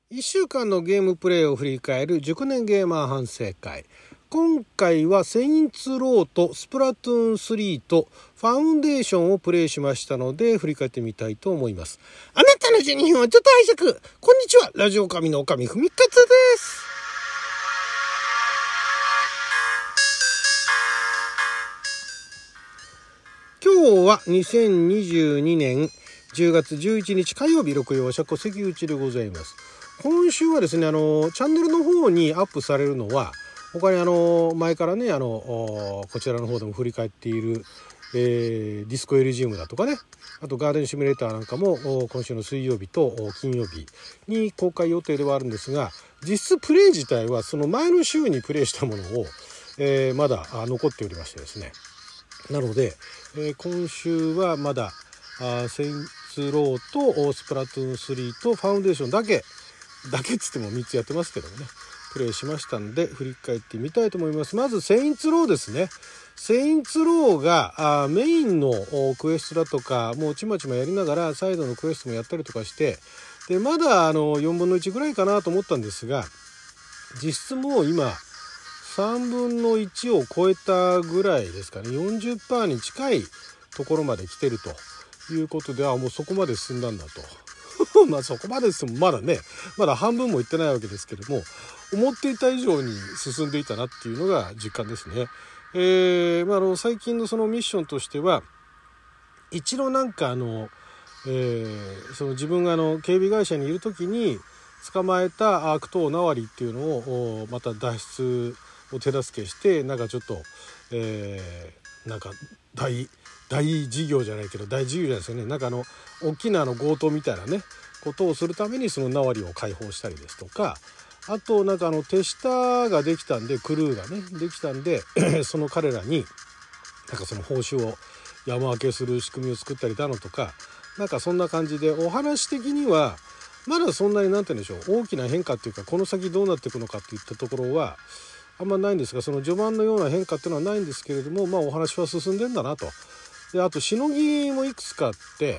1週間のゲームプレイを振り返る熟年ゲーマー反省会。今回はセインツローとスプラトゥーン3とファウンデーションをプレイしましたので振り返ってみたいと思います。あなたの12分はちょっと拝借。こんにちは、ラジオ神の神ふみかつです。今日は2022年10月11日火曜日、六曜社戸関口でございます。今週はですね、チャンネルの方にアップされるのは、他に前からね、こちらの方でも振り返っている、ディスコエリジウムだとかね、あとガーデンシミュレーターなんかも今週の水曜日と金曜日に公開予定ではあるんですが、実質プレイ自体はその前の週にプレイしたものを、まだ残っておりましてですね。なので、今週はまだセインツローとスプラトゥーン3とファウンデーションだけっつっても3つやってますけどもね、プレイしましたんで振り返ってみたいと思います。まずセインツローですね。セインツローがメインのクエストだとかもうちまちまやりながらサイドのクエストもやったりとかして、でまだ4分の1ぐらいかなと思ったんですが、実質もう今3分の1を超えたぐらいですかね。 40% に近いところまで来てるということで、もうそこまで進んだんだとまあそこまで進むまだ半分もいってないわけですけども、思っていた以上に進んでいたなっていうのが実感ですね。最近のそのミッションとしては、一度なんかその自分が警備会社にいる時に捕まえた悪党ナワリっていうのをまた脱出を手助けして、なんかちょっと、なんか大事業じゃないけど大事業じゃないですよね。なんか大きな強盗みたいなねことをするためにそのナワリを解放したりですとか、あとなんか手下ができたんで、クルーがねできたんでその彼らになんかその報酬を山分けする仕組みを作ったりだのとか、なんかそんな感じで、お話的にはまだそんなになんて言うんでしょう、大きな変化っていうかこの先どうなっていくのかっていったところはあんまないんですが、その序盤のような変化っていうのはないんですけれども、お話は進んでんだなと。であとしのぎもいくつかあって、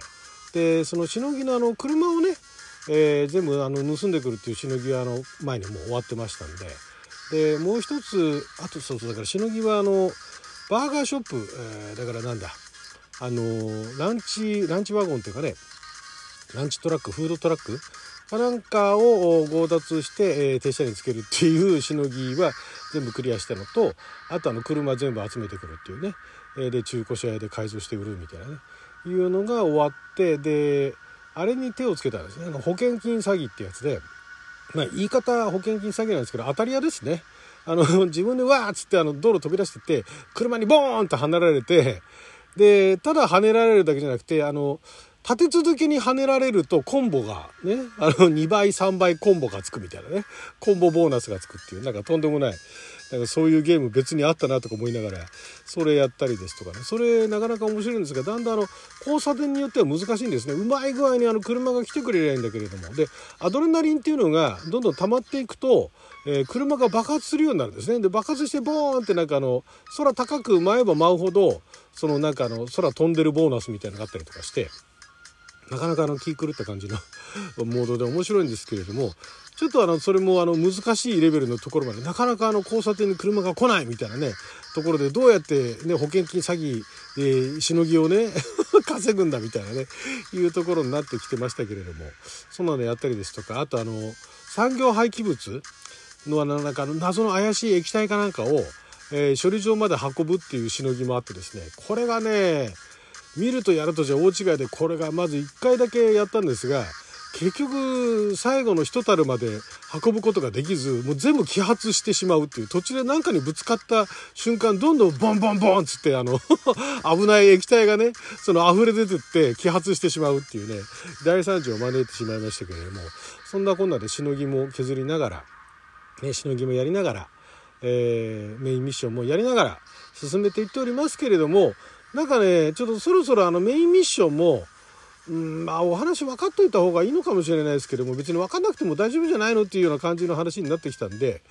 でそのしのぎの車をね、全部盗んでくるっていうしのぎは前にもう終わってましたんで、でもう一つあとだからしのぎはバーガーショップ、だからなんだランチワゴンっていうかね、ランチトラック、フードトラックなんかを強奪して、手下につけるっていうしのぎは全部クリアしたのと、あと車全部集めてくるっていうね、で中古車屋で改造して売るみたいなねいうのが終わって、であれに手をつけたんですね。保険金詐欺ってやつで、言い方保険金詐欺なんですけど当たり屋ですね。自分でわーっつって道路飛び出してって車にボーンと跳ねられて、でただ跳ねられるだけじゃなくて立て続けに跳ねられるとコンボがね2倍3倍コンボがつくみたいなね、コンボボーナスがつくっていう、なんかとんでもないなんかそういうゲーム別にあったなとか思いながらそれやったりですとかね、それなかなか面白いんですが、だんだん交差点によっては難しいんですね。うまい具合に車が来てくれりゃいいんだけれども、でアドレナリンっていうのがどんどん溜まっていくと、車が爆発するようになるんですね。で爆発してボーンってなんか空高く舞えば舞うほどそのなんか空飛んでるボーナスみたいなのがあったりとかして、なかなか気狂った感じのモードで面白いんですけれども、ちょっとそれも難しいレベルのところまでなかなか交差点に車が来ないみたいなねところで、どうやってね保険金詐欺でしのぎをね稼ぐんだみたいなねいうところになってきてましたけれども、そんなのやったりですとか、あと産業廃棄物のなんか謎の怪しい液体かなんかを、処理場まで運ぶっていうしのぎもあってですね、これがね見るとやるとじゃ大違いで、これがまず1回だけやったんですが、結局最後の一樽まで運ぶことができず、もう全部揮発してしまうっていう、途中で何かにぶつかった瞬間どんどんボンボンボンつって危ない液体がね溢れ出てって揮発してしまうっていうね大惨事を招いてしまいましたけれども、そんなこんなでしのぎも削りながら、ね、しのぎもやりながら、メインミッションもやりながら進めていっておりますけれども、なんかねちょっとそろそろメインミッションもお話分かっといた方がいいのかもしれないですけども、別に分かんなくても大丈夫じゃないのっていうような感じの話になってきたんで、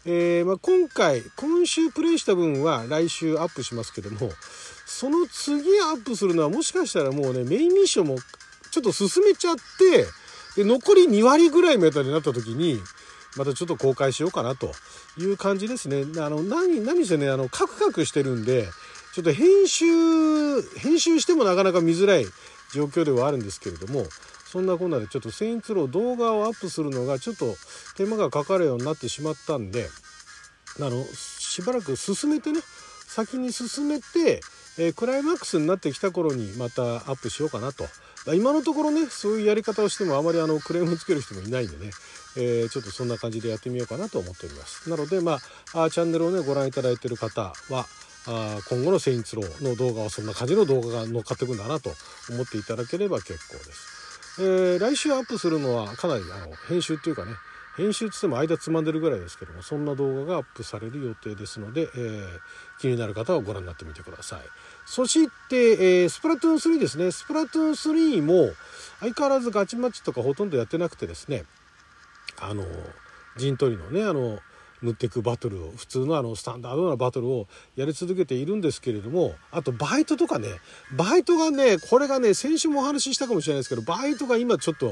今週プレイした分は来週アップしますけども、その次アップするのはもしかしたらもうねメインミッションもちょっと進めちゃって、 で残り2割ぐらいメーターになった時にまたちょっと公開しようかなという感じですね。何せねカクカクしてるんでちょっと編集してもなかなか見づらい状況ではあるんですけれども、そんなこんなでちょっとセインツロー動画をアップするのがちょっと手間がかかるようになってしまったんで、しばらく先に進めて、クライマックスになってきた頃にまたアップしようかなと。今のところねそういうやり方をしてもあまりクレームつける人もいないんでね、ちょっとそんな感じでやってみようかなと思っております。なのでチャンネルをねご覧いただいている方は今後のセインツローの動画はそんな感じの動画が乗っかってくんだなと思っていただければ結構です。来週アップするのはかなり編集っていうかね、編集つっても間つまんでるぐらいですけども、そんな動画がアップされる予定ですので、気になる方はご覧になってみてください。そして、スプラトゥーン3ですね。スプラトゥーン3も相変わらずガチマッチとかほとんどやってなくてですね、陣取りのね塗っていくバトルを普通のスタンダードなバトルをやり続けているんですけれども、あとバイトとかね、バイトがねこれがね先週もお話ししたかもしれないですけど、バイトが今回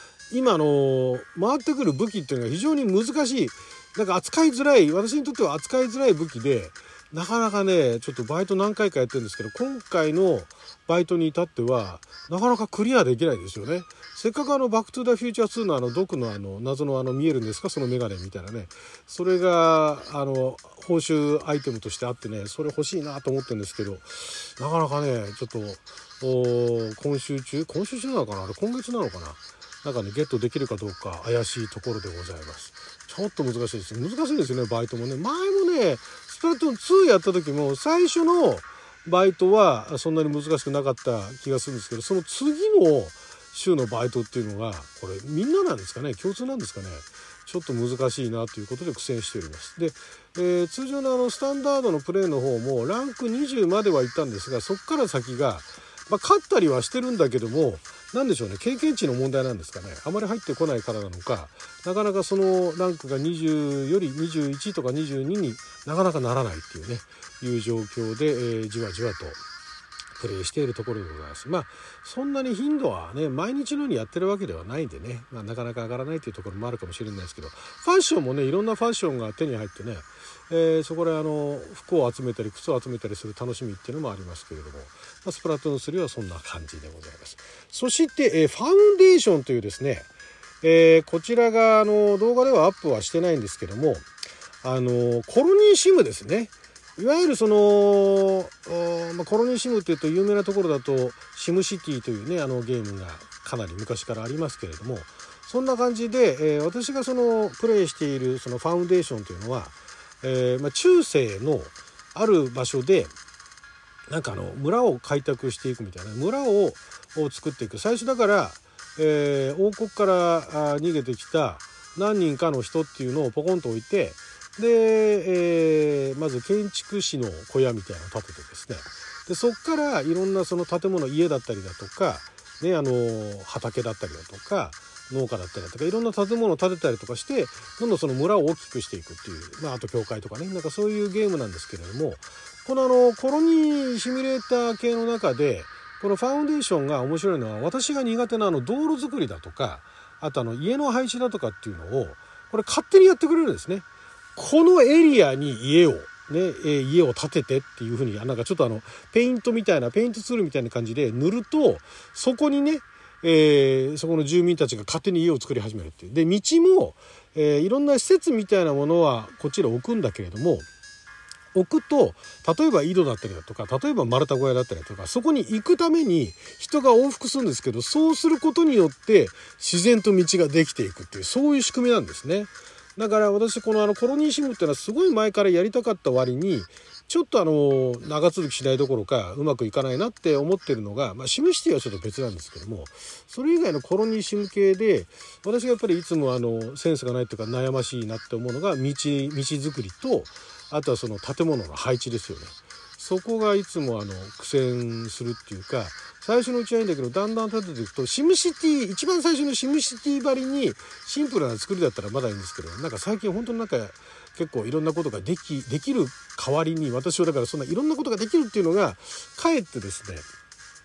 ってくる武器っていうのが非常に難しい、なんか扱いづらい、私にとっては扱いづらい武器で、なかなかねちょっとバイト何回かやってるんですけど、今回のバイトに至ってはなかなかクリアできないですよね。せっかくバックトゥザフューチャー2のドクの謎の見えるんですかそのメガネみたいなね、それが報酬アイテムとしてあってね、それ欲しいなと思ってるんですけど、なかなかねちょっと今週中なのかな、今月なのかな、なんかねゲットできるかどうか怪しいところでございます。ちょっと難しいですよねバイトもね。前もねスプラトゥーン2やった時も最初のバイトはそんなに難しくなかった気がするんですけど、その次の週のバイトっていうのがこれみんななんですかね、共通なんですかね、ちょっと難しいなということで苦戦しております。で、通常のスタンダードのプレーの方もランク20までは行ったんですが、そこから先が、勝ったりはしてるんだけども、なんでしょうね、経験値の問題なんですかね、あまり入ってこないからなのか、なかなかそのランクが20より21とか22になかなかならないっていうねいう状況で、じわじわとプレイしているところでございます。そんなに頻度はね毎日のようにやってるわけではないんでね、なかなか上がらないというところもあるかもしれないですけど、ファッションもねいろんなファッションが手に入ってね、そこで服を集めたり靴を集めたりする楽しみっていうのもありますけれども、スプラトゥーン3はそんな感じでございます。そして、ファウンデーションというですね、こちらが動画ではアップはしてないんですけども、コロニーシムですね。いわゆるコロニーシムっていうと有名なところだとシムシティというねゲームがかなり昔からありますけれども、そんな感じで、私がプレイしているファウンデーションというのは、中世のある場所でなんか村を開拓していくみたいな、村を作っていく。最初だから、王国から逃げてきた何人かの人っていうのをポコンと置いて、で、まず建築士の小屋みたいなのを建ててですね、でそこからいろんなその建物、家だったりだとか、ね、畑だったりだとか農家だったりだとかいろんな建物を建てたりとかして、どんどんその村を大きくしていくっていう、あと教会とかね、なんかそういうゲームなんですけれども、このコロニーシミュレーター系の中でこのファウンデーションが面白いのは、私が苦手な道路作りだとか、あと家の配置だとかっていうのをこれ勝手にやってくれるんですね。このエリアに家を建ててっていう風に、なんかちょっとペイントツールみたいな感じで塗ると、そこにね、そこの住民たちが勝手に家を作り始めるっていう。で、道も、いろんな施設みたいなものはこっちで置くんだけれども、置くと例えば井戸だったりだとか、例えば丸太小屋だったりとか、そこに行くために人が往復するんですけど、そうすることによって自然と道ができていくっていう、そういう仕組みなんですね。だから私このコロニーシムっていうのはすごい前からやりたかった割に、ちょっと長続きしないどころかうまくいかないなって思ってるのが、シムシティはちょっと別なんですけども、それ以外のコロニーシム系で私がやっぱりいつもセンスがないというか悩ましいなって思うのが道作りと、あとはその建物の配置ですよね。そこがいつも苦戦するっていうか、最初のうちはいいんだけど、だんだん立てていくとシムシティ、一番最初のシムシティばりにシンプルな作りだったらまだいいんですけど、なんか最近本当になんか結構いろんなことができる代わりに、私はだからそんないろんなことができるっていうのがかえってですね、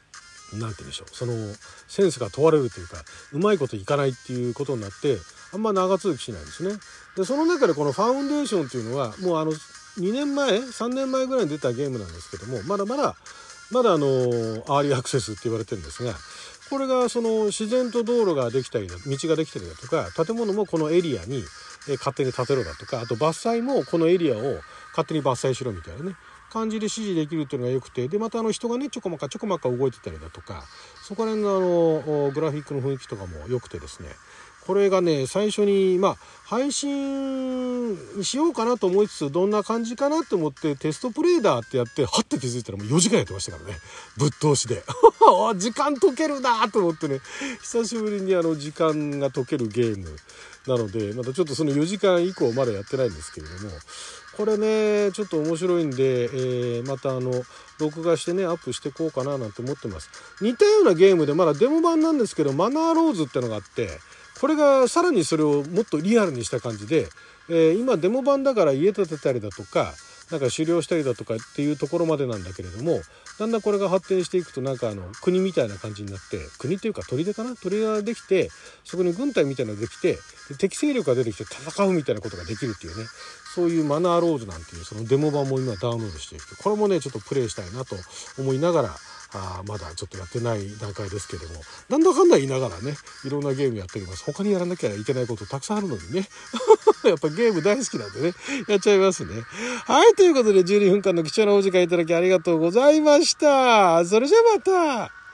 なんて言うんでしょう、そのセンスが問われるというか、うまいこといかないっていうことになって、あんま長続きしないんですね。でその中でこのファウンデーションっていうのはもう2年前3年前ぐらいに出たゲームなんですけども、まだアーリーアクセスって言われてるんですが、これがその自然と道路ができたりだ、道ができたりだとか、建物もこのエリアに勝手に建てろだとか、あと伐採もこのエリアを勝手に伐採しろみたいなね感じで指示できるっていうのが良くて、でまた人がねちょこまか動いてたりだとか、そこら辺のグラフィックの雰囲気とかも良くてですね、これがね最初に配信しようかなと思いつつ、どんな感じかなと思ってテストプレイだってやって、はって気づいたらもう4時間やってましたからね、ぶっ通しで時間解けるなと思ってね、久しぶりに時間が解けるゲームなので、またちょっとその4時間以降まだやってないんですけれども、これねちょっと面白いんで、また録画してねアップしていこうかななんて思ってます。似たようなゲームでまだデモ版なんですけど、マナーローズってのがあって、これがさらにそれをもっとリアルにした感じで、今デモ版だから家建てたりだとか、なんか狩猟したりだとかっていうところまでなんだけれども、だんだんこれが発展していくと、なんか国みたいな感じになって、国っていうか砦ができて、そこに軍隊みたいなのができて、で敵勢力が出てきて戦うみたいなことができるっていうね、そういうマナーローズなんていうそのデモ版も今ダウンロードしていて、これもねちょっとプレイしたいなと思いながら、まだちょっとやってない段階ですけども、なんだかんだ言いながらねいろんなゲームやっております。他にやらなきゃいけないことたくさんあるのにねやっぱゲーム大好きなんでねやっちゃいますね。はい、ということで12分間の貴重なお時間いただきありがとうございました。それじゃあまた。